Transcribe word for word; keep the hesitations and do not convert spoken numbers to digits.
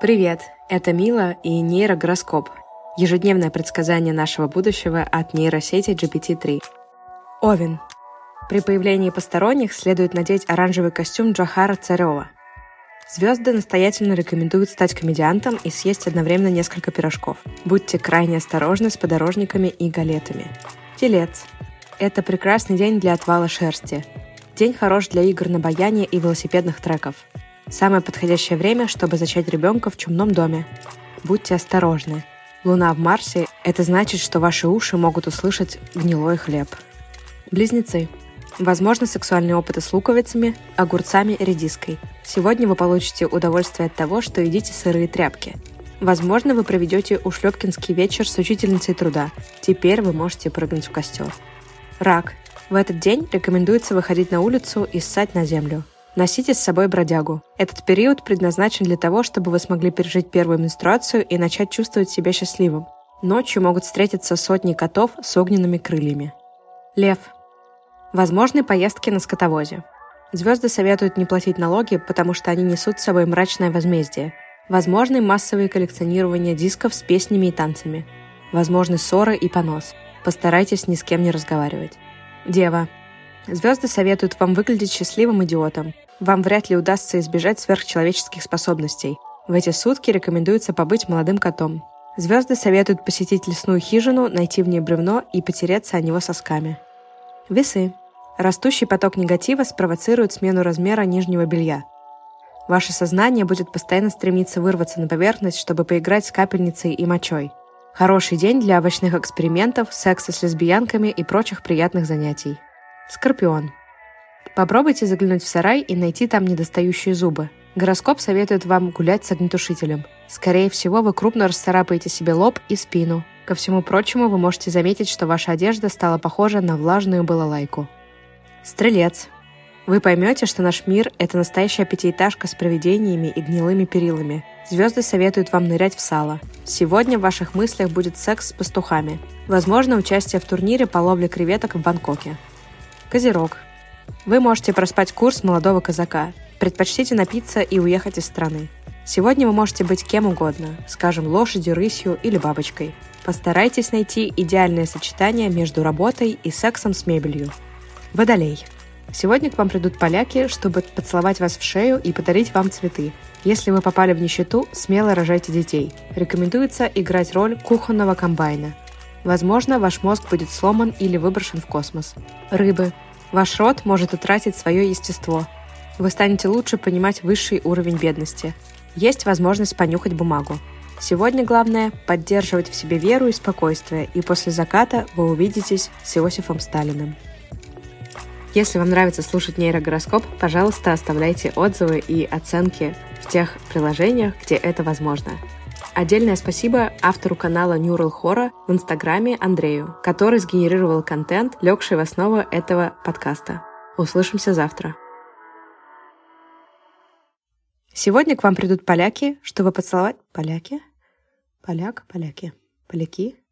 Привет, это Мила и нейрогороскоп. Ежедневное предсказание нашего будущего от нейросети джи пи ти три. Овен. При появлении посторонних следует надеть оранжевый костюм Джохара Царева. Звезды настоятельно рекомендуют стать комедиантом и съесть одновременно несколько пирожков. Будьте крайне осторожны с подорожниками и галетами. Телец. Это прекрасный день для отвала шерсти. День хорош для игр на баяне и велосипедных треков. Самое подходящее время, чтобы зачать ребенка в чумном доме. Будьте осторожны. Луна в Марсе – это значит, что ваши уши могут услышать гнилой хлеб. Близнецы. Возможно, сексуальные опыты с луковицами, огурцами, редиской. Сегодня вы получите удовольствие от того, что едите сырые тряпки. Возможно, вы проведете ушлепкинский вечер с учительницей труда. Теперь вы можете прыгнуть в костер. Рак. В этот день рекомендуется выходить на улицу и ссать на землю. Носите с собой бродягу. Этот период предназначен для того, чтобы вы смогли пережить первую менструацию и начать чувствовать себя счастливым. Ночью могут встретиться сотни котов с огненными крыльями. Лев. Возможны поездки на скотовозе. Звезды советуют не платить налоги, потому что они несут с собой мрачное возмездие. Возможны массовые коллекционирования дисков с песнями и танцами. Возможны ссоры и понос. Постарайтесь ни с кем не разговаривать. Дева. Звезды советуют вам выглядеть счастливым идиотом. Вам вряд ли удастся избежать сверхчеловеческих способностей. В эти сутки рекомендуется побыть молодым котом. Звезды советуют посетить лесную хижину, найти в ней бревно и потереться о него сосками. Весы. Растущий поток негатива спровоцирует смену размера нижнего белья. Ваше сознание будет постоянно стремиться вырваться на поверхность, чтобы поиграть с капельницей и мочой. Хороший день для овощных экспериментов, секса с лесбиянками и прочих приятных занятий. Скорпион. Попробуйте заглянуть в сарай и найти там недостающие зубы. Гороскоп советует вам гулять с огнетушителем. Скорее всего, вы крупно расцарапаете себе лоб и спину. Ко всему прочему, вы можете заметить, что ваша одежда стала похожа на влажную балалайку. Стрелец. Вы поймете, что наш мир – это настоящая пятиэтажка с привидениями и гнилыми перилами. Звезды советуют вам нырять в сало. Сегодня в ваших мыслях будет секс с пастухами. Возможно, участие в турнире по ловле креветок в Бангкоке. Козерог. Вы можете проспать курс молодого казака. Предпочтите напиться и уехать из страны. Сегодня вы можете быть кем угодно, скажем, лошадью, рысью или бабочкой. Постарайтесь найти идеальное сочетание между работой и сексом с мебелью. Водолей. Сегодня к вам придут поляки, чтобы поцеловать вас в шею и подарить вам цветы. Если вы попали в нищету, смело рожайте детей. Рекомендуется играть роль кухонного комбайна. Возможно, ваш мозг будет сломан или выброшен в космос. Рыбы. Ваш род может утратить свое естество. Вы станете лучше понимать высший уровень бедности. Есть возможность понюхать бумагу. Сегодня главное – поддерживать в себе веру и спокойствие, и после заката вы увидитесь с Иосифом Сталиным. Если вам нравится слушать нейрогороскоп, пожалуйста, оставляйте отзывы и оценки в тех приложениях, где это возможно. Отдельное спасибо автору канала Neural Horror в Инстаграме Андрею, который сгенерировал контент, легший в основу этого подкаста. Услышимся завтра. Сегодня к вам придут поляки, чтобы поцеловать... Поляки? Поляк, поляки, поляки.